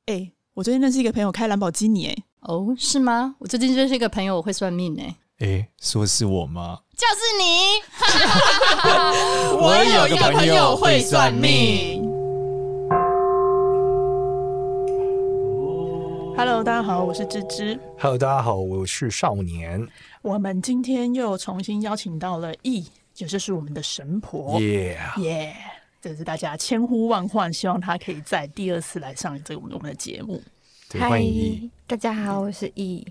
我最近认识一个朋友开兰博基尼哦，是吗？我最近认识一个朋友，我会算命说是我吗？ 就是你我有一个朋友会算命。Hello， 大家好，我是芝芝。 Hello， 大家好，我是少年。 我们今天又重新邀请到了E，也就是我们的神婆。耶！这是大家千呼万唤，希望他可以在第二次来上我们的节目。 欢迎 E， 大家好，我是 E。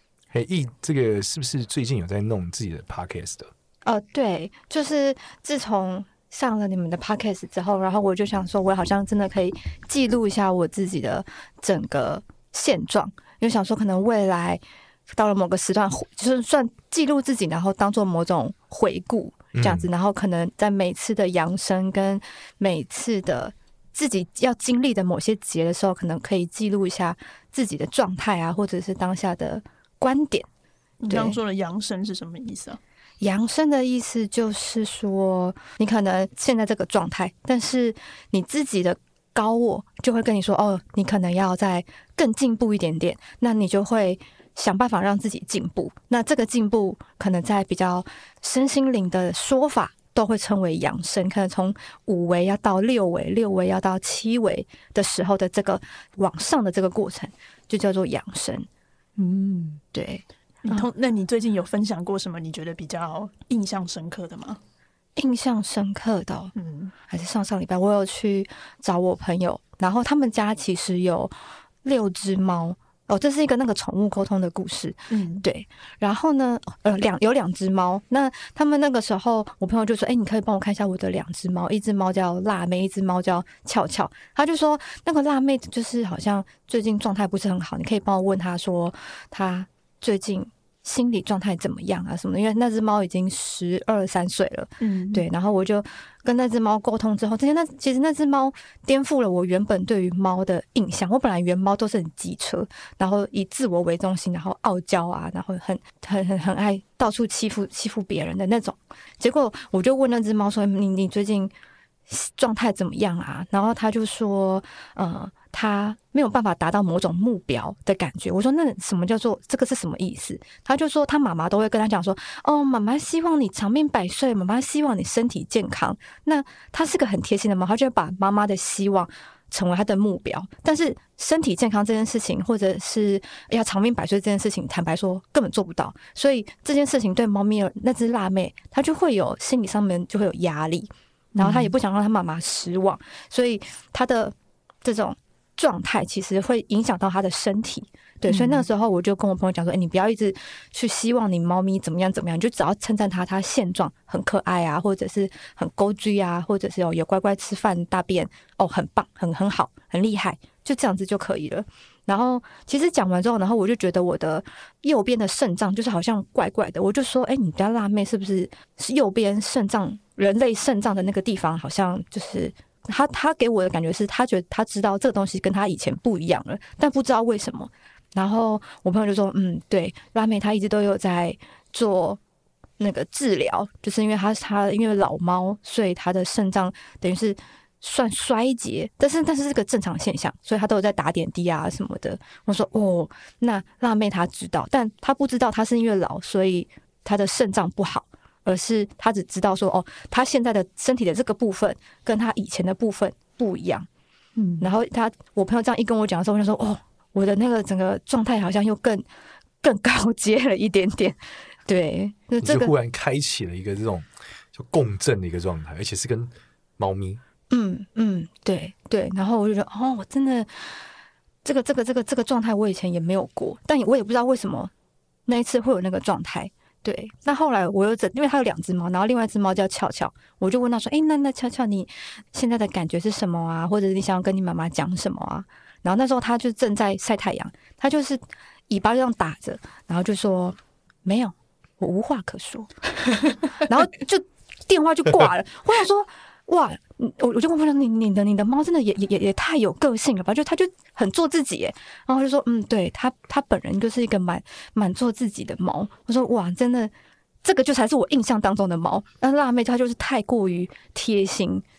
E， 这个是不是最近有在弄自己的 podcast 的？ 对，就是自从上了你们的 podcast 之后，然后我就想说，我好像真的可以记录一下我自己的整个现状，因为想说可能未来到了某个时段，就是算记录自己，然后当做某种回顾这样子，然后可能在每次的扬升跟每次的自己要经历的某些节的时候，可能可以记录一下自己的状态啊，或者是当下的观点。 你刚刚说的扬升是什么意思啊？ 扬升的意思就是说，你可能现在这个状态，但是你自己的高我就会跟你说，你可能要再更进步一点点，那你就会想办法让自己进步。那这个进步可能在比较身心灵的说法都会称为扬升，可能从5维要到6维，6维要到7维的时候的这个往上的这个过程就叫做扬升。对。 那你最近有分享过什么你觉得比较印象深刻的吗？ 印象深刻的还是上礼拜我有去找我朋友，然后他们家其实有6只猫这是一个那个宠物沟通的故事。对。然后呢有2只猫，那他们那个时候我朋友就说你可以帮我看一下我的2只猫，一只猫叫辣妹，一只猫叫俏俏。他就说那个辣妹就是好像最近状态不是很好，你可以帮我问他说他最近心理状态怎么样啊什么的，因为那只猫已经12、13岁了。对。然后我就跟那只猫沟通之后，其实那只猫颠覆了我原本对于猫的印象。我本来原猫都是很机车，然后以自我为中心，然后傲娇啊，然后很爱到处欺负别人的那种。结果我就问那只猫说你最近状态怎么样啊？然后他就说他没有办法达到某种目标的感觉。我说那什么叫做这个是什么意思？他就说他妈妈都会跟他讲说妈妈希望你长命百岁，妈妈希望你身体健康。那他是个很贴心的妈，他就会把妈妈的希望成为他的目标。但是身体健康这件事情，或者是要长命百岁这件事情，坦白说根本做不到。所以这件事情对猫咪那只辣妹，她就会有心理上面就会有压力，然后她也不想让她妈妈失望，所以她的这种状态其实会影响到他的身体。对。所以那时候我就跟我朋友讲说你不要一直去希望你猫咪怎么样怎么样，你就只要称赞它现状很可爱啊，或者是很勾追啊，或者是有乖乖吃饭大便很棒很好很厉害，就这样子就可以了。然后其实讲完之后，然后我就觉得我的右边的肾脏就是好像怪怪的，我就说你家辣妹是不是右边肾脏人类肾脏的那个地方好像就是他给我的感觉是他觉得他知道这个东西跟他以前不一样了，但不知道为什么。然后我朋友就说对，辣妹她一直都有在做那个治疗，就是因为她因为老猫，所以她的肾脏等于是算衰竭，但是是个正常现象，所以她都有在打点滴啊什么的。我说那辣妹她知道，但她不知道她是因为老，所以她的肾脏不好，而是他只知道说他现在的身体的这个部分跟他以前的部分不一样。然后我朋友这样一跟我讲的时候，我就说我的那个整个状态好像又更高阶了一点点。对， 你就忽然开启了一个这种就共振的一个状态，而且是跟猫咪。 对对。然后我就觉得我真的这个状态我以前也没有过，但我也不知道为什么那一次会有那个状态。对。那后来我因为他有2只猫，然后另外一只猫叫俏俏，我就问他说那俏俏你现在的感觉是什么啊，或者你想要跟你妈妈讲什么啊？然后那时候他就正在晒太阳，他就是尾巴这样打着，然后就说没有，我无话可说然后就电话就挂了。我想说哇，我就问他说你的猫真的也太有个性了吧，就他就很做自己耶。然后就说对，他本人就是一个蛮做自己的猫。我说哇，真的这个就才是我印象当中的猫。那辣妹她就是太过于贴心，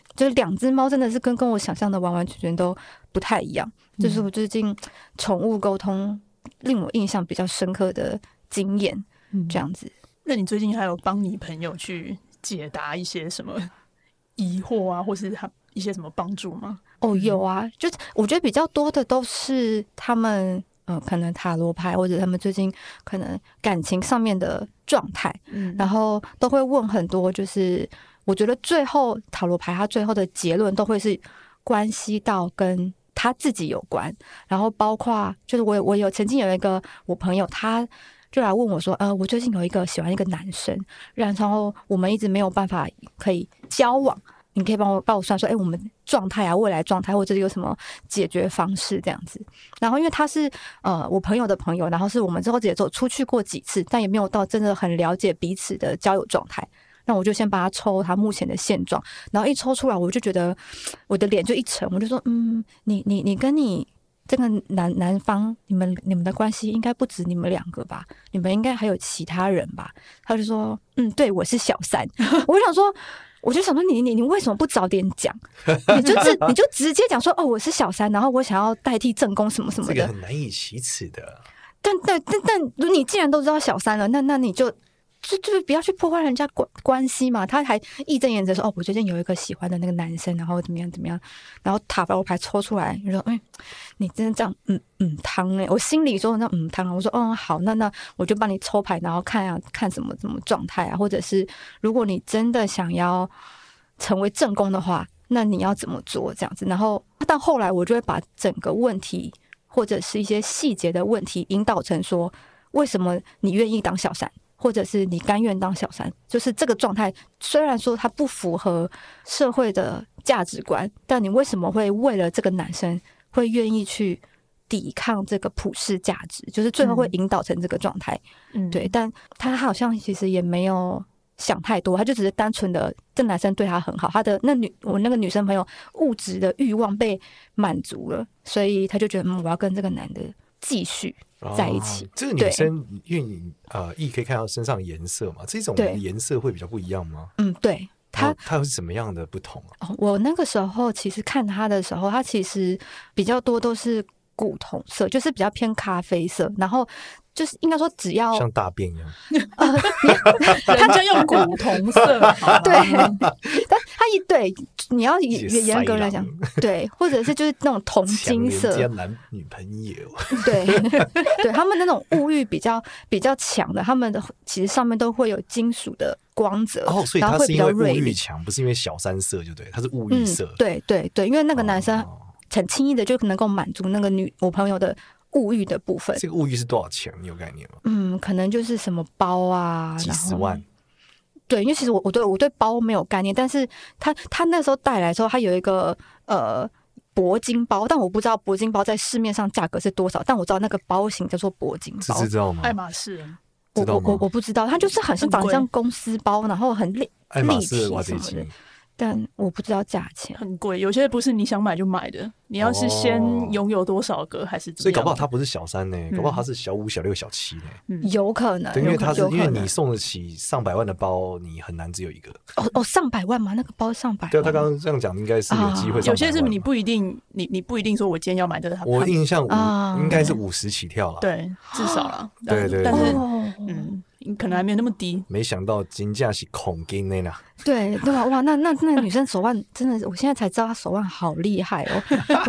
就是2只猫真的是跟我想象的完完全全都不太一样。就是我最近宠物沟通令我印象比较深刻的经验，这样子。 那你最近还有帮你朋友去解答一些什么疑惑啊，或是一些什么帮助吗？ 有啊，就是我觉得比较多的都是他们可能塔罗牌，或者他们最近可能感情上面的状态，然后都会问很多，就是我觉得最后塔罗牌它最后的结论都会是关系到跟他自己有关，然后包括就是我曾经有一个我朋友，他就来问我说，我最近有一个喜欢一个男生，然后我们一直没有办法可以交往。你可以帮我算说，我们状态啊，未来状态，或者有什么解决方式这样子。然后因为他是我朋友的朋友，然后是我们之后也出去过几次，但也没有到真的很了解彼此的交友状态。那我就先帮他抽他目前的现状，然后一抽出来，我就觉得我的脸就一沉，我就说，你跟你这个男方，你们的关系应该不止你们2个吧？你们应该还有其他人吧？他就说，对，我是小三。我就想说你为什么不早点讲？你就直接讲说我是小三，然后我想要代替正宫什么什么的， 这个很难以启齿的。 但你既然都知道小三了，那你就不要去破坏人家关系嘛。他还义正言辞说我最近有一个喜欢的那个男生，然后怎么样怎么样，然后塔罗牌抽出来，就说你真的这样汤我心里说那汤，我说好，那我就帮你抽牌，然后看什么状态啊，或者是如果你真的想要成为正宫的话，那你要怎么做这样子。然后但后来我就会把整个问题或者是一些细节的问题引导成说，为什么你愿意当小三，或者是你甘愿当小三，就是这个状态虽然说它不符合社会的价值观，但你为什么会为了这个男生会愿意去抵抗这个普世价值，就是最后会引导成这个状态。对，但他好像其实也没有想太多，他就只是单纯的这男生对他很好，他的我那个女生朋友物质的欲望被满足了，所以他就觉得我要跟这个男的继续在一起。 这个女生因为你亦可以看到身上的颜色嘛，这种颜色会比较不一样吗？ 对，它有什么样的不同啊？ 我那个时候其实看他的时候，他其实比较多都是古铜色，就是比较偏咖啡色，然后就是应该说只要像大便一样， 人家用古铜色， 对，但他对你要严格来讲，对，或者是就是那种铜金色， 强男女朋友， 对对，他们那种物欲比较强的，他们的其实上面都会有金属的光泽， 所以他是因为物欲强，不是因为小三色，就对，他是物欲色， 对对对，因为那个男生很轻易的就能够满足那个我朋友的物欲的部分。 这个物欲是多少钱？你有概念吗？ 可能就是什么包啊， 几十万。 对，因为其实我对包没有概念，但是他那时候带来的时候，他有一个铂金包，但我不知道铂金包在市面上价格是多少，但我知道那个包型叫做铂金包。 知道吗？ 爱马仕。 我不知道，它就是很像长得像公司包，然后很立体什么的。但我不知道价钱， 很贵，有些不是你想买就买的，你要是先拥有多少个还是怎么样？ 所以搞不好他不是小三呢，搞不好他是小5、小6、小7呢， 有可能。 对，因为你送得起上百万的包，你很难只有一个。 上百万吗？那个包上百万？ 对，他刚刚这样讲，应该是有机会。 有些是你不一定，你不一定说我今天要买的。 我印象应该是50起跳了， 对，至少了。 对对， 但是可能还没有那么低。 没想到金价是恐金的呢。 对对吧？哇，那女生手腕真的，我现在才知道她手腕好厉害哦。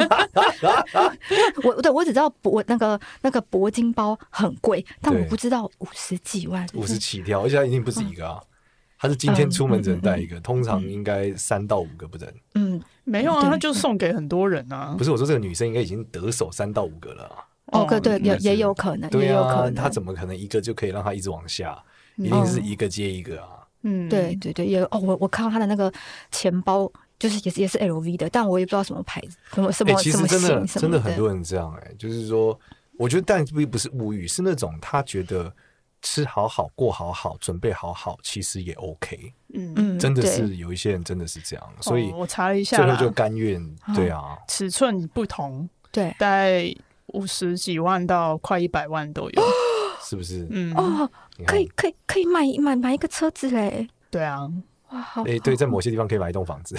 我只知道那个铂金包很贵，但我不知道50几万 ，50起跳，而且它一定不止一个啊。他是今天出门只能带一个，通常应该3到5个不等。 没有啊，他就送给很多人啊。 不是，我说这个女生应该已经得手3到5个了啊。 对，也有可能， 对啊， 也有可能。 他怎么可能一个就可以让他一直往下？一定是一个接一个啊。 对对对，也我看到他的那个钱包，就是也是 LV 的，但我也不知道什么牌子，什么其实真的很多人这样就是说，我觉得但不是物欲，是那种他觉得吃好好过好好准备好好，其实也 OK。真的是有一些人真的是这样，所以我查了一下， 最后就甘愿。对啊， 尺寸不同， 对， 大概50几万到快100万都有。 是不是？ 可以买一个车子嘞。 对啊， 哇，好， 对，在某些地方可以买一栋房子。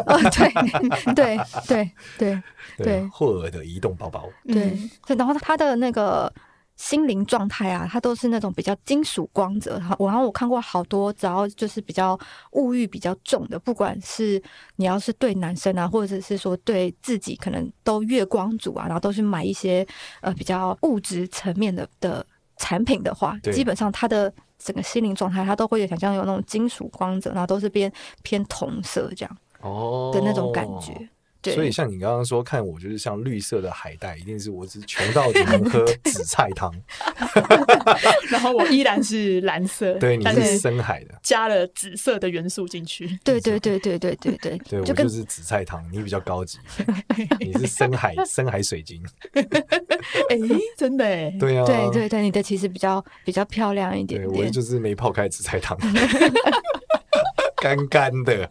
对， 霍尔的移动包包。 对，然后他的那个心灵状态啊，它都是那种比较金属光泽。然后我看过好多，只要就是比较物欲比较重的，不管是你要是对男生啊，或者是说对自己，可能都月光族啊，然后都去买一些比较物质层面的产品的话，基本上他的整个心灵状态，他都会想象有那种金属光泽，然后都是偏同色这样的那种感觉。 所以像你刚刚说看我就是像绿色的海带，一定是我只穷到只能喝紫菜汤。 然后我依然是蓝色， 对，你是深海的， 加了紫色的元素进去。 对， 对我就是紫菜汤，你比较高级，你是深海水晶。 真的耶。 对啊， 对，你的其实比较漂亮一点点。 对，我就是没泡开紫菜汤，干干的。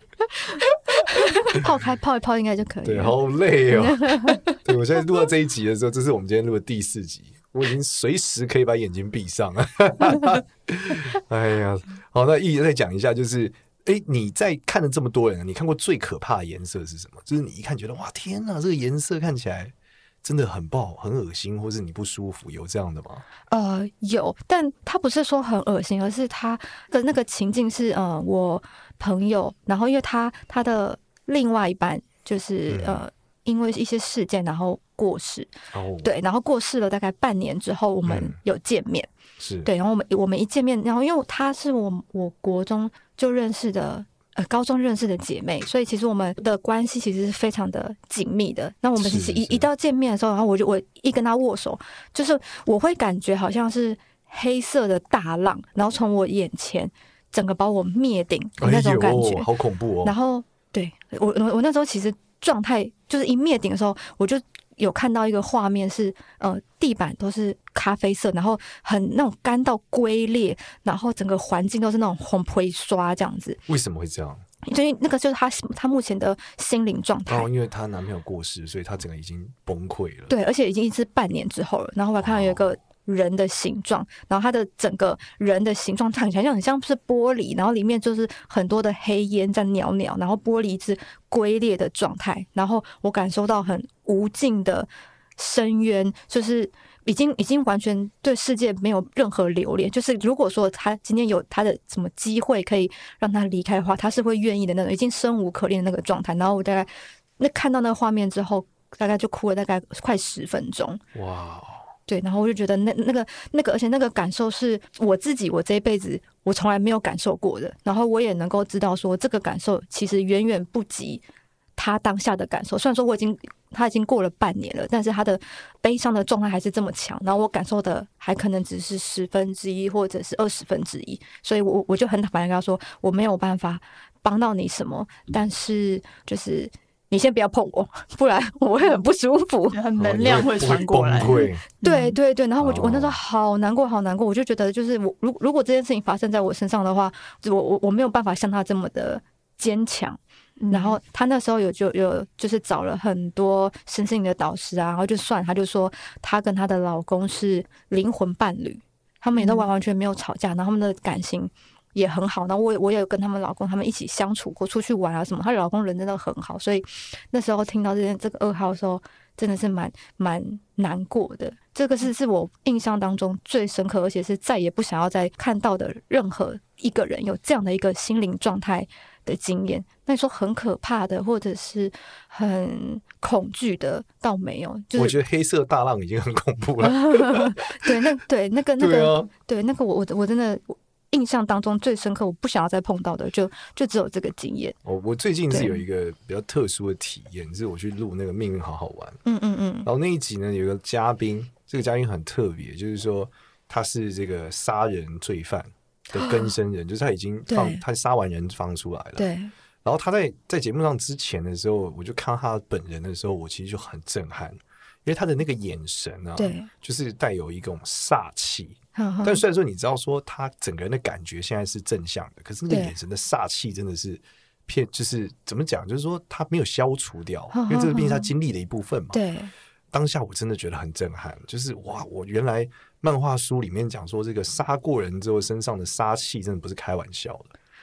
泡一泡应该就可以了。 对，好累哦。对，我现在录到这一集的时候，这是我们今天录的第4集，我已经随时可以把眼睛闭上了。哎呀，好，那一再讲一下，就是你在看了这么多人，你看过最可怕的颜色是什么？就是你一看觉得哇天哪，这个颜色看起来真的很不好，很恶心，或是你不舒服，有这样的吗？ 有，但他不是说很恶心，而是他的那个情境是我朋友，然后因为他的另外一半就是因为一些事件然后过世。对，然后过世了大概半年之后，我们有见面。 是对，然后我们一见面，然后因为他是我国中就认识的。高中认识的姐妹，所以其实我们的关系其实是非常的紧密的。那我们其实一到见面的时候，然后我一跟他握手，就是我会感觉好像是黑色的大浪，然后从我眼前整个把我灭顶的那种感觉， 好恐怖哦。 然后对我那时候其实状态就是一灭顶的时候，我就有看到一个画面是地板都是咖啡色，然后很那种干到龟裂，然后整个环境都是那种红灰刷这样子。 为什么会这样？ 所以那个就是他目前的心灵状态。 因为她男朋友过世，所以她整个已经崩溃了。 对，而且已经是半年之后了。然后我还看到有一个人的形状，然后他的整个人的形状看起来很像是玻璃，然后里面就是很多的黑烟在袅袅，然后玻璃是龟裂的状态，然后我感受到很无尽的深渊，就是已经完全对世界没有任何留恋。就是如果说他今天有他的什么机会可以让他离开的话，他是会愿意的那种，已经生无可恋的那个状态。然后我大概看到那个画面之后，大概就哭了大概快10分钟。 哇！ 对，然后我就觉得那个，而且那个感受是我自己，我这一辈子我从来没有感受过的。然后我也能够知道说，这个感受其实远远不及他当下的感受。虽然说他已经过了半年了，但是他的悲伤的状态还是这么强。然后我感受的还可能只是1/10或者是1/20，所以我就很坦白跟他说，我没有办法帮到你什么，但是就是你先不要碰我，不然我会很不舒服， 能量会传过来。 对，然后我那时候好难过，我就觉得就是如果这件事情发生在我身上的话，我没有办法像他这么的坚强。然后他那时候有就是找了很多身心灵的导师啊，然后他就说他跟他的老公是灵魂伴侣，他们也都完全没有吵架，然后他们的感情也很好。然后我也有跟他们老公他们一起相处过，出去玩啊什么。她老公人真的很好，所以那时候听到这个噩耗的时候，真的是蛮难过的。这个是我印象当中最深刻，而且是再也不想要再看到的任何一个人有这样的一个心灵状态的经验。那你说很可怕的，或者是很恐惧的，倒没有。就是我觉得黑色大浪已经很恐怖了。 对，那个我真的。印象当中最深刻，我不想要再碰到的，就只有这个经验。 我最近是有一个比较特殊的体验，是我去录那个《命运好好玩》。然后那一集呢，有一个嘉宾，这个嘉宾很特别，就是说他是这个杀人罪犯的更生人，就是他已经他杀完人放出来了。 对。 然后他在节目上之前的时候，我就看到他本人的时候，我其实就很震撼，因为他的那个眼神啊， 对， 就是带有一种煞气。但虽然说你知道说他整个人的感觉现在是正向的，可是那个眼神的煞气真的是就是怎么讲，就是说他没有消除掉，因为这个毕竟是他经历的一部分嘛。 对， 当下我真的觉得很震撼，就是哇，我原来漫画书里面讲说这个杀过人之后身上的杀气真的不是开玩笑的。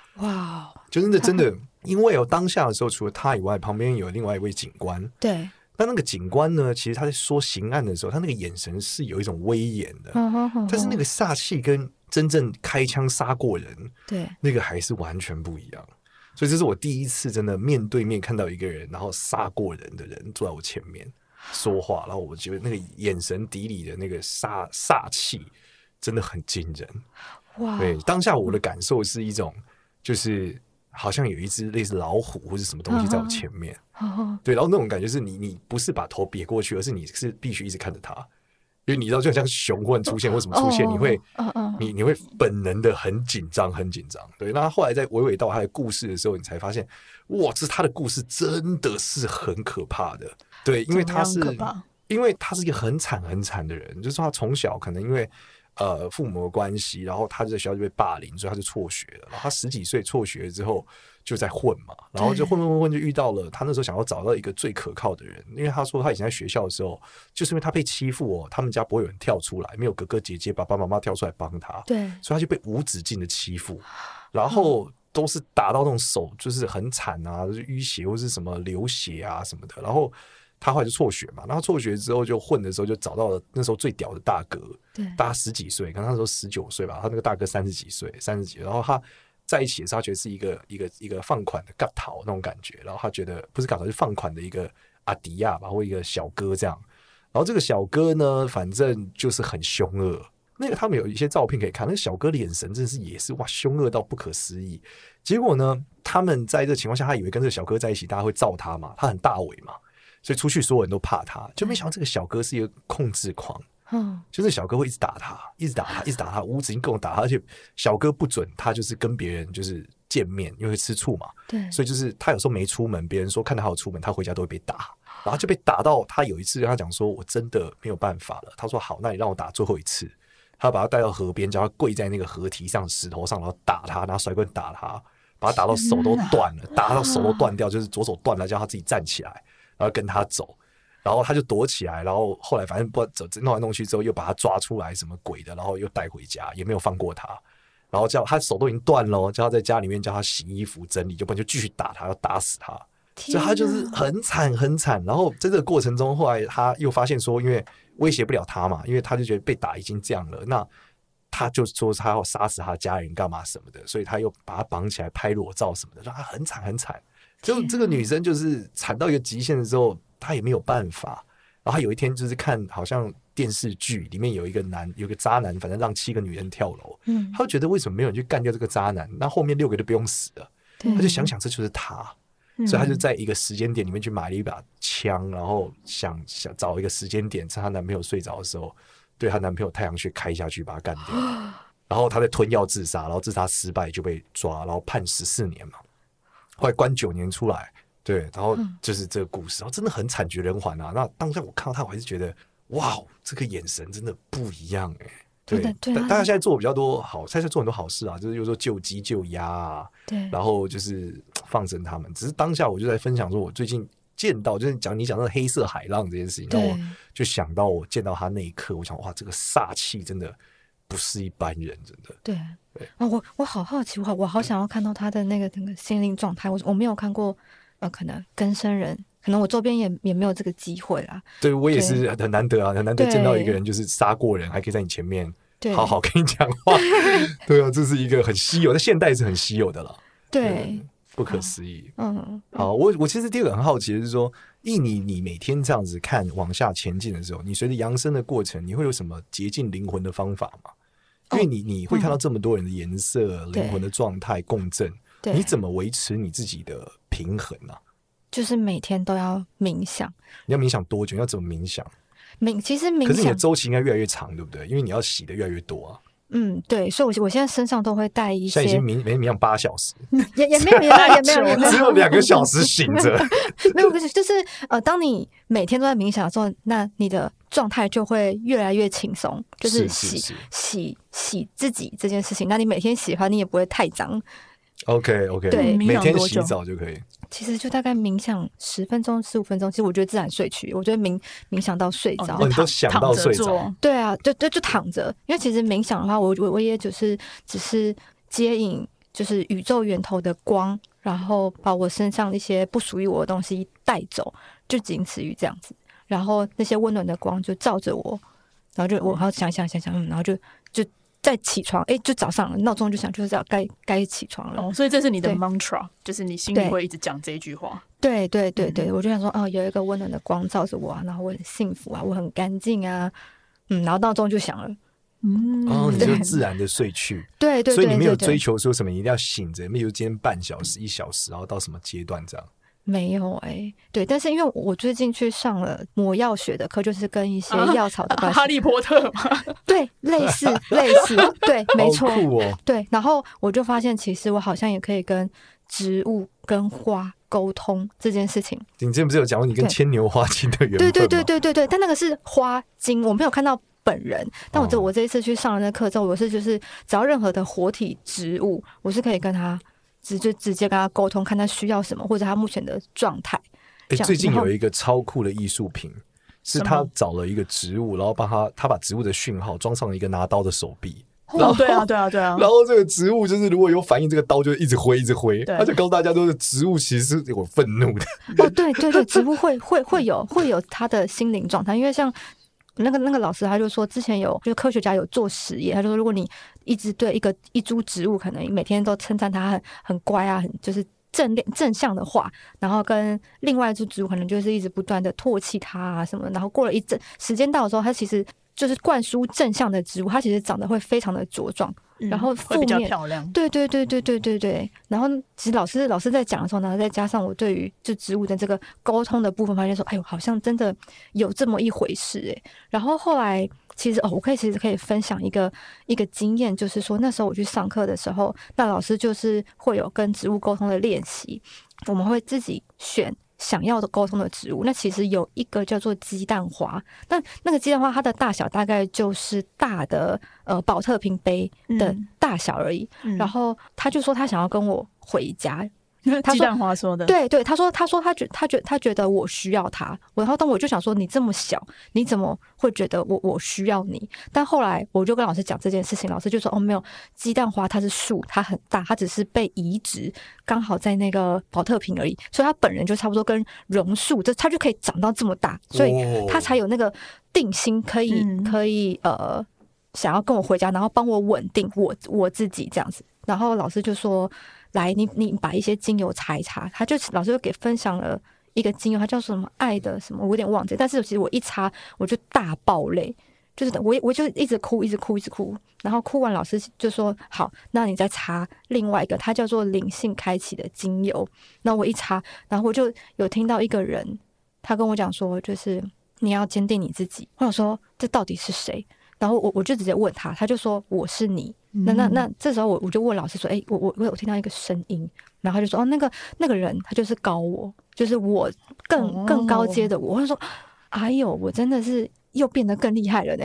哇， 就是真的，因为当下的时候，除了他以外，旁边有另外一位警官。 对。 那个警官呢，其实他在说刑案的时候，他那个眼神是有一种威严的，但是那个煞气跟真正开枪杀过人， 对， 那个还是完全不一样。所以这是我第一次真的面对面看到一个人，然后杀过人的人坐在我前面说话，然后我觉得那个眼神底里的那个煞气真的很惊人。哇！对，当下我的感受是一种就是好像有一只类似老虎或者什么东西在我前面，对，然后那种感觉是你不是把头别过去，而是你是必须一直看着它，因为你知道就像熊忽然出现或什么出现，你会本能的很紧张很紧张。对，那后来在娓娓道他的故事的时候，你才发现哇，这他的故事真的是很可怕的。对，因为他是一个很惨很惨的人，就是说他从小可能因为父母的关系，然后他就在学校就被霸凌，所以他就辍学了。然后他10几岁辍学之后就在混嘛，然后就混就遇到了他那时候想要找到一个最可靠的人，因为他说他以前在学校的时候，就是因为他被欺负他们家不会有人跳出来，没有哥哥姐姐爸爸妈妈跳出来帮他，对，所以他就被无止境的欺负，然后都是打到那种手就是很惨啊，就是淤血或是什么流血啊什么的，然后他后来就辍学嘛，然后辍学之后就混的时候就找到了那时候最屌的大哥，大他10几岁，可能那时候19岁吧，他那个大哥30几岁，然后他在一起的时候，他觉得是一个放款的尬桃那种感觉，然后他觉得不是尬桃，是放款的一个阿迪亚吧，或一个小哥这样。然后这个小哥呢，反正就是很凶恶。那个他们有一些照片可以看，那个小哥的眼神真的是也是哇，凶恶到不可思议。结果呢，他们在这个情况下，他以为跟这个小哥在一起，大家会罩他嘛，他很大尾嘛，所以出去所有人都怕他，就没想到这个小哥是一个控制狂。就是小哥会一直打他，无止境各种打他，而且小哥不准他就是跟别人就是见面，因为会吃醋嘛，对，所以就是他有时候没出门，别人说看到他有出门，他回家都会被打，然后就被打到他有一次跟他讲说，我真的没有办法了，他说好，那你让我打最后一次，他把他带到河边，叫他跪在那个河堤上石头上，然后打他，拿甩棍打他，把他打到手都断了，打到手都断掉，就是左手断了，叫他自己站起来，然后跟他走。然后他就躲起来，然后后来反正不知道弄来弄去之后，又把他抓出来什么鬼的，然后又带回家，也没有放过他。然后叫他手都已经断了，叫他在家里面叫他洗衣服整理，就不然就继续打他，要打死他。所以他就是很惨很惨。然后在这个过程中，后来他又发现说，因为威胁不了他嘛，因为他就觉得被打已经这样了，那他就说他要杀死他家人干嘛什么的，所以他又把他绑起来拍裸照什么的，让他很惨很惨。就这个女生就是惨到一个极限的时候，她也没有办法。然后她有一天就是看好像电视剧里面有一个渣男，反正让7个女人跳楼，她就觉得为什么没有人去干掉这个渣男？那后面6个都不用死了，她就想想这就是他，所以她就在一个时间点里面去买了一把枪，然后想找一个时间点，趁她男朋友睡着的时候，对她男朋友太阳穴开下去把他干掉，然后她在吞药自杀，然后自杀失败就被抓，然后判14年嘛。后来关9年出来，对，然后就是这个故事，然后真的很惨绝人寰啊！那当下我看到他，我还是觉得，哇，这个眼神真的不一样哎。对，大家现在做比较多好，现在做很多好事啊，就是有时候救鸡救鸭啊，对，然后就是放生他们。只是当下我就在分享说，我最近见到，就是你讲那个黑色海浪这件事情，然后我就想到我见到他那一刻，我想哇，这个煞气真的不是一般人，真的。 对。我好好奇，我好想要看到他的那个心灵状态。我没有看过，可能更生人，可能我周边也没有这个机会啦。 对，我也是很难得啊，很难得见到一个人就是杀过人，还可以在你前面好好跟你讲话。对啊，这是一个很稀有，在现代是很稀有的了。对，不可思议。好，我其实第二个很好奇的是说，你每天这样子看往下前进的时候，你随着扬升的过程，你会有什么洁净灵魂的方法吗？因为你会看到这么多人的颜色、灵魂的状态共振，你怎么维持你自己的平衡啊？ 就是每天都要冥想。 你要冥想多久？你要怎么冥想？ 其实冥想， 可是你的周期应该越来越长，对不对？因为你要洗的越来越多啊。 对，所以我现在身上都会带一些， 现在已经冥想8小时， 也没有， 只有2个小时醒着。 没有，就是当你每天都在冥想的时候，那你的状态就会越来越轻松，就是洗自己这件事情。那你每天洗的话，你也不会太脏。 OK， 对，每天洗澡就可以。 其实就大概冥想10分钟、15分钟，其实我觉得自然睡去。我觉得冥想到睡着， 你都想到睡着。 对啊，就躺着。因为其实冥想的话，我也只是接引， 就是宇宙源头的光，然后把我身上一些不属于我的东西带走，就仅此于这样子。然后那些温暖的光就照着我，然后就我好想，然后就再起床，就早上了，闹钟就响，就是要该起床了。 所以这是你的 mantra， 就是你心里会一直讲这一句话。 对，我就想说，有一个温暖的光照着我啊，然后我很幸福啊，我很干净啊，然后闹钟就响了。 你就自然的睡去。 对， 所以你没有追求说什么一定要醒着，比如今天半小时、1小时，然后到什么阶段这样。 没有对，但是因为我最近去上了魔药学的课，就是跟一些药草的关系， 哈利波特嘛， 对，类似，对，没错， 好酷哦， 对，然后我就发现，其实我好像也可以跟植物、跟花沟通这件事情。 你之前不是有讲过你跟牵牛花精的缘分吗？ 对，但那个是花精，我没有看到本人，但我这一次去上了那课之后，我是就是只要任何的活体植物，我是可以跟他直接跟他沟通，看他需要什么或者他目前的状态。 最近有一个超酷的艺术品，是他找了一个植物，然后他把植物的讯号装上了一个拿刀的手臂。 对啊。 然后这个植物就是如果有反应，这个刀就一直挥，他就告诉大家，都是植物其实是有愤怒的。 对，植物会有他的心灵状态，因为像。那个老师他就说，之前就科学家有做实验，他就说，如果你一直对一株植物，可能每天都称赞它很乖啊，很就是正向的话，然后跟另外一株植物可能就是一直不断的唾弃它啊什么的，然后过了一阵时间到的时候，它其实就是灌输正向的植物，它其实长得会非常的茁壮。然后负面会比较漂亮， 对。然后其实老师在讲的时候呢，再加上我对于就植物的这个沟通的部分，发现说，好像真的有这么一回事然后后来其实我其实可以分享一个经验，就是说那时候我去上课的时候，那老师就是会有跟植物沟通的练习，我们会自己选想要的沟通的植物。那其实有一个叫做鸡蛋花，但那个鸡蛋花它的大小大概就是大的保特瓶杯的大小而已。然后他就说他想要跟我回家。 鸡蛋花说的， 对，他说他觉得我需要他，然后当我就想说，你这么小，你怎么会觉得我需要你？但后来我就跟老师讲这件事情，老师就说没有，鸡蛋花它是树，它很大，它只是被移植，刚好在那个保特瓶而已，所以它本人就差不多跟榕树，它就可以长到这么大，所以它才有那个定心，可以想要跟我回家，然后帮我稳定我自己这样子。然后老师就说，来，你把一些精油擦一擦。老师就给分享了一个精油，它叫什么爱的什么，我有点忘记。但是其实我一擦我就大爆泪，就是我就一直哭。然后哭完，老师就说好，那你再擦另外一个，它叫做灵性开启的精油。那我一擦，然后我就有听到一个人，他跟我讲说，就是你要坚定你自己。我想说这到底是谁？然后我就直接问他，他就说我是你。那这时候我就问老师说，我有听到一个声音，然后他就说那个人他就是高我，就是我更高阶的我。我就说我真的是又变得更厉害了呢。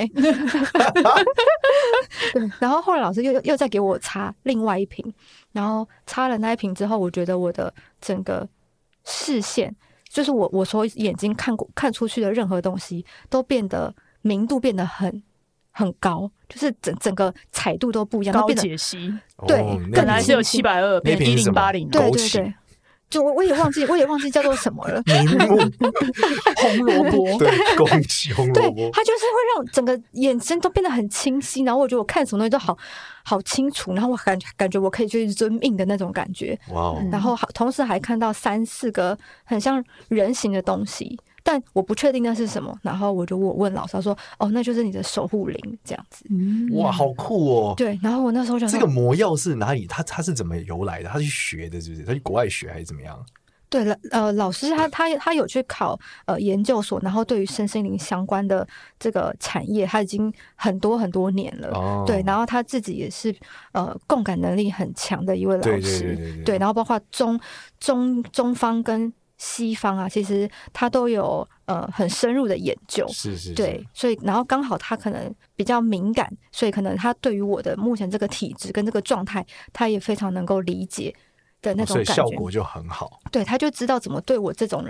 对，然后后来老师又再给我擦另外一瓶，然后擦了那一瓶之后，我觉得我的整个视线，就是我所眼睛看出去的任何东西，都变得明度变得很高，就是整个彩度都不一样， 高解析。 对， 本来是有720变1080， 对。就我也忘记叫做什么了。 红萝卜， 对，枸杞红萝卜， 对，它就是会让整个眼睛都变得很清晰，然后我觉得我看什么东西都好清楚，然后我感觉我可以去遵命的那种感觉。哇！然后同时还看到3-4个很像人形的东西。但我不确定那是什么，然后我就问老师，他说那就是你的守护灵这样子。 哇，好酷哦。 对，然后我那时候想说， 这个魔药是哪里？他是怎么由来的？他去学的，是不是？他去国外学还是怎么样？ 对了，老师他有去考研究所，然后对于身心灵相关的这个产业，他已经很多年了。对，然后他自己也是共感能力很强的一位老师。对，然后包括中方跟西方啊，其实他都有很深入的研究， 是对，所以然后刚好他可能比较敏感，所以可能他对于我的目前这个体质跟这个状态，他也非常能够理解的那种感觉， 所以效果就很好。 对，他就知道怎么对我这种人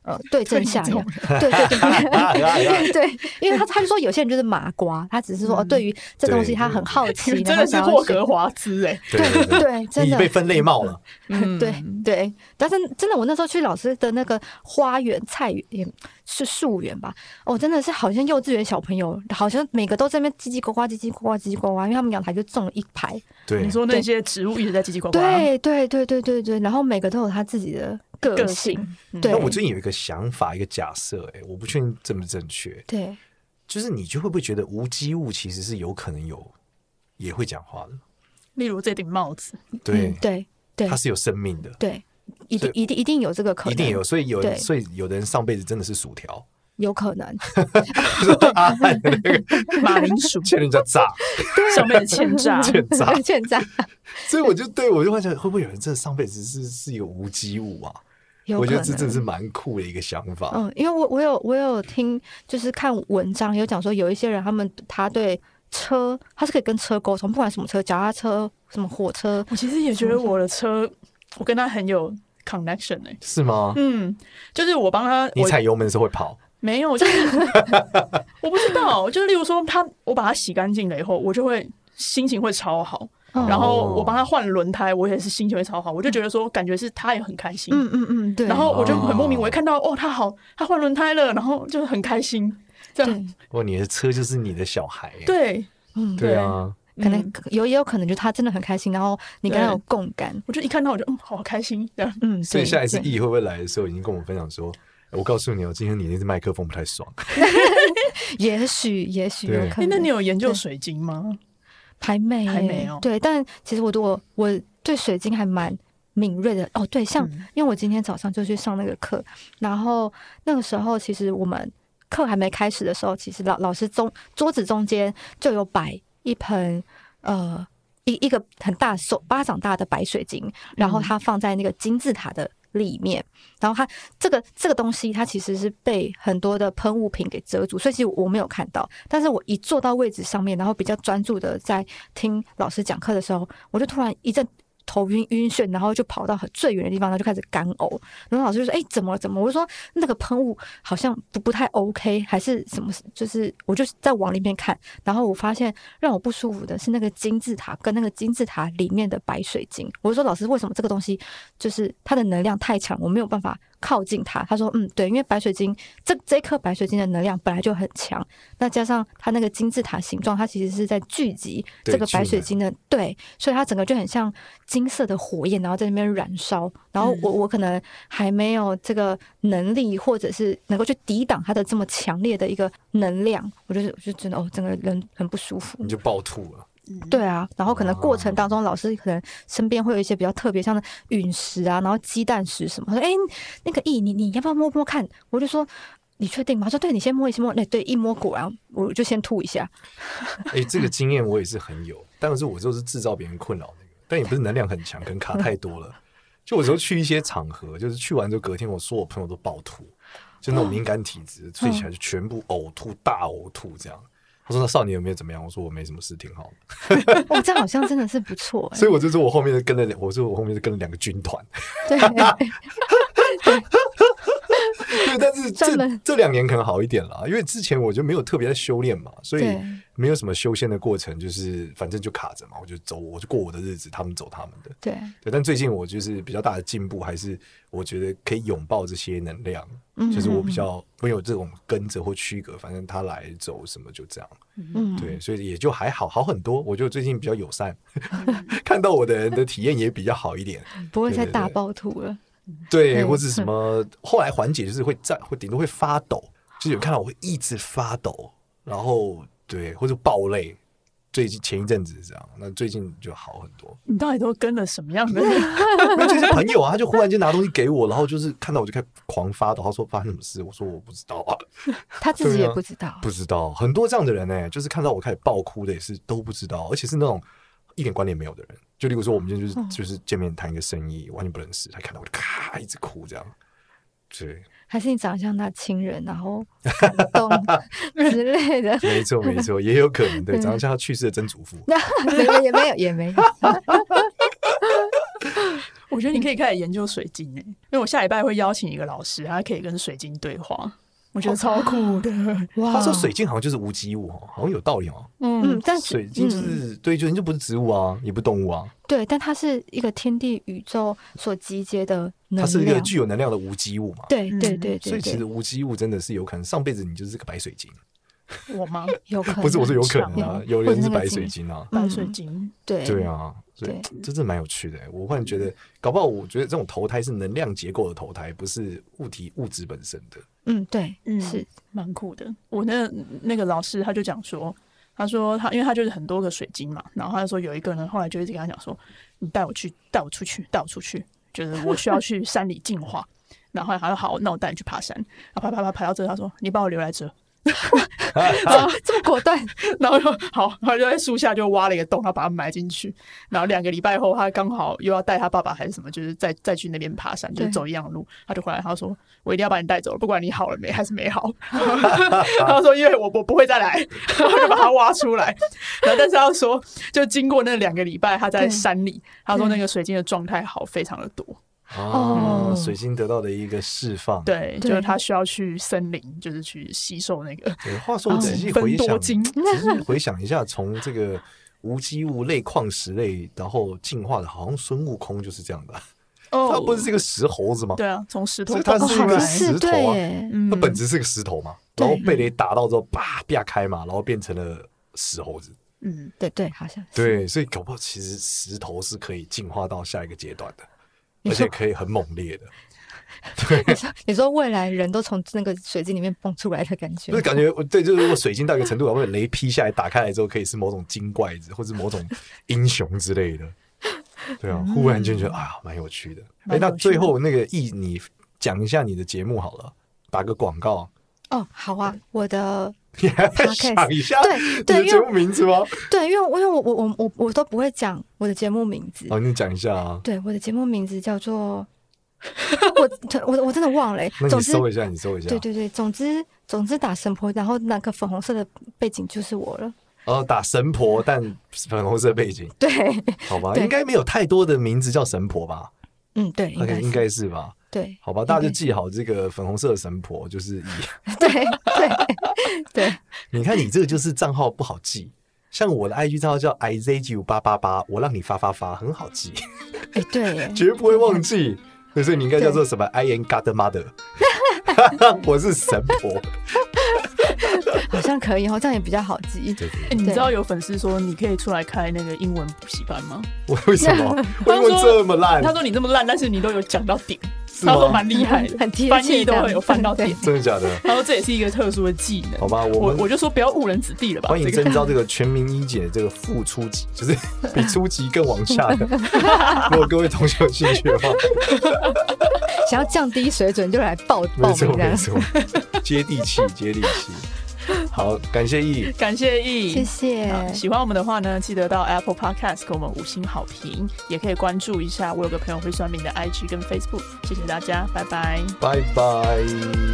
对症下药，对对对对，因为他就说有些人就是麻瓜，他只是说对于这东西他很好奇， 真的是霍格华兹哎， 对对，真的你被分类帽了， 对对，但是真的我那时候去老师的那个花园菜园是树园吧，真的是好像幼稚园小朋友，好像每个都在那边叽叽呱呱叽叽呱呱叽叽呱呱，因为他们阳台就种了一排， 对，你说那些植物一直在叽叽呱呱， 对对对对对对，然后每个都有他自己的个性。对， 那我最近有一个想法，一个假设，我不确定正不正确。 对， 就是你就会不会觉得无机物其实是有可能也会讲话的？ 例如这顶帽子， 对对对， 它是有生命的， 对，一定有这个可能， 一定有，所以有的人上辈子真的是薯条。 有可能， 阿汉的那个马铃薯欠人家炸， 上辈子欠诈， 欠诈。 所以我就幻想，会不会有人真的上辈子是一个无机物啊？我觉得这真的是蛮酷的一个想法。 因为我有听，就是看文章有讲说，有一些人他对车，他是可以跟车沟通，不管什么车，脚踏车、什么火车。 我其实也觉得我的车，我跟他很有 connection 是吗？ 就是我帮他， 你踩油门的时候会跑。 没有，就是我不知道，就是例如说我把它洗干净了以后，我就会心情会超好。然后我帮他换轮胎，我也是心情会超好，我就觉得说，感觉是他也很开心。 对。 然后我就很莫名，我一看到他换轮胎了，然后就很开心。这样， 你的车就是你的小孩。 对， 对啊， 可能也有可能就他真的很开心，然后你跟他有共感， 我就一看到我就好开心。这样， 所以下一次E会不会来的时候，已经跟我分享说。我告诉你今天你那只麦克风不太爽。 也许有可能。 那你有研究水晶吗？ 还没哦。 对，但其实我对水晶还蛮敏锐的。对，像因为我今天早上就去上那个课，然后那个时候其实我们课还没开始的时候，其实老师桌子中间就有摆一盆一个很大巴掌大的白水晶，然后它放在那个金字塔的里面，然后它这个东西它其实是被很多的喷雾瓶给遮住，所以其实我没有看到，但是我一坐到位置上面，然后比较专注的在听老师讲课的时候，我就突然一阵头晕眩，然后就跑到最远的地方，然后就开始干呕。然后老师就说：“怎么了？我就说那个喷雾好像不太 OK， 还是什么？就是我就在往里面看，然后我发现让我不舒服的是那个金字塔跟那个金字塔里面的白水晶。我就说老师，为什么这个东西就是它的能量太强，我没有办法靠近它？他说对，因为白水晶这颗白水晶的能量本来就很强，那加上它那个金字塔形状，它其实是在聚集这个白水晶的，对，所以它整个就很像金色的火焰，然后在那边燃烧。然后我可能还没有这个能力，或者是能够去抵挡它的这么强烈的一个能量，我就真的整个人很不舒服， 你就爆吐了。 对啊，然后可能过程当中，老师可能身边会有一些比较特别，像陨石啊，然后鸡蛋石什么。他说：“那个你要不要摸摸看？”我就说：“你确定吗？”他说：“对，你先摸一摸。”对，一摸果然我就先吐一下。 这个经验我也是很有，但是我就是制造别人困扰那个，但也不是能量很强，可能卡太多了。就有时候去一些场合，就是去完之后隔天，我所有朋友都爆吐，就那种敏感体质，睡起来就全部呕吐，大呕吐这样。他说：“那少年有没有怎么样？”我说：“我没什么事，挺好的。”这好像真的是不错。 所以我就说我后面跟了2个军团。 对。 对，但是这2年可能好一点了，因为之前我就没有特别在修炼嘛，所以没有什么修仙的过程，就是反正就卡着嘛，我就过我的日子，他们走他们的。 对， 但最近我就是比较大的进步，还是我觉得可以拥抱这些能量，就是我比较没有这种跟着或区隔，反正他来走什么就这样。对，所以也就还好很多。我觉得最近比较友善，看到我的人的体验也比较好一点， 不会再大爆吐了。 对，或者什么后来缓解就是会顶多会发抖，就是有看到我会一直发抖，然后对，或者爆泪。最近前一阵子是这样，那最近就好很多。 你到底都跟了什么样的？ 那就是朋友啊，他就忽然间拿东西给我，然后就是看到我就开始狂发抖。他说发生什么事？我说我不知道啊。 他自己也不知道， 不知道。很多这样的人就是看到我开始爆哭的也是都不知道，而且是那种一点关联没有的人。就例如说我们今天就是见面谈一个生意，完全不认识，他看到我就咔一直哭这样。对， 还是你长得像他亲人，然后感动之类的。 没错，也有可能。对，长得像他去世的曾祖父。 也没有。 觉得你可以开始研究水晶因为我下礼拜会邀请一个老师，他可以跟水晶对话，我觉得超酷的。 他说水晶好像就是无机物好像有道理但水晶就是对，就不是植物啊，也不是动物啊。 对，但它是一个天地宇宙所集结的能量，它是一个具有能量的无机物嘛。 对对对， 所以其实无机物真的是有可能上辈子你就是个白水晶。 我吗？ 有可能， 不是我说有可能啊，有人是白水晶啊， 白水晶， 对啊，所以这真的蛮有趣的。我忽然觉得，搞不好我觉得这种投胎是能量结构的投胎，不是物质本身的。 对，是蛮酷的。我那个老师他就讲说，他说因为他就是很多个水晶嘛，然后他就说有一个人后来就一直跟他讲说，你带我出去，就是我需要去山里净化。然后他说好，那我带你去爬山。然后爬到这，他说你把我留在这。 这么果断， 然后好，他就在树下就挖了一个洞，他把它埋进去。然后2个礼拜后，他刚好又要带他爸爸还是什么，就是再去那边爬山，就是走一样的路。他就回来，他说：“我一定要把你带走，不管你好了没还是没好。”他说：“因为我不会再来。”然后就把他挖出来。然后但是他说，就经过那2个礼拜，他在山里，他说那个水晶的状态好非常的多。 水晶得到的一个释放， 对，就是他需要去森林，就是去吸收那个。 对，话说仔细回想一下，从这个无机物类、矿石类，然后进化的，好像孙悟空就是这样的。他不是这个石猴子吗？ 对啊，从石头， 所以他是一个石头啊， 它本质是个石头嘛，然后被雷打到之后，啪开嘛，然后变成了石猴子。 对，好像是。 对，所以搞不好其实石头是可以进化到下一个阶段的。而且可以很猛烈的， 对，你说未来人都从那个水晶里面蹦出来的感觉， 就是感觉对，就是如果水晶到一个程度，或者雷劈下来打开来之后，可以是某种精怪子，或者某种英雄之类的，对啊，忽然间觉得蛮有趣的。那最后那个你讲一下你的节目好了，打个广告。 好啊，我的。 你还要想一下对， 你的节目名字吗？ 对，因为我都不会讲我的节目名字。 你讲一下啊。 对，我的节目名字叫做我真的忘了。 那你搜一下， 对，总之打神婆，然后那个粉红色的背景就是我了。 打神婆，但粉红色背景。 对，好吧，应该没有太多的名字叫神婆吧？ 对， 应该是吧？ 对， 好吧，大家就记好这个粉红色的神婆就是对， 你看你这个就是账号不好记，像我的 IG 账号叫 izg5888，我让你发，很好记。 对， 绝不会忘记。所以你应该叫做什么 I am Godmother， 我是神婆。 好像可以，这样也比较好记。 你知道有粉丝说你可以出来开那个英文补习班吗？ 为什么？我英文这么烂？ 他说你这么烂，但是你都有讲到点。他说蛮厉害的， 很贴切， 翻译都有翻到点。 真的假的？ 他说这也是一个特殊的技能。 好吧， 我就说不要误人子弟了吧。 欢迎征召这个全民医检这个副初级，就是比初级更往下的。如果各位同学有兴趣的话， 想要降低水准就来报名， 没错，接地气。好，感谢易， 谢谢。 喜欢我们的话呢，记得到 Apple Podcast 给我们5星好评，也可以关注一下我有个朋友会算命的 IG 跟 Facebook。谢谢大家，拜拜， 拜拜。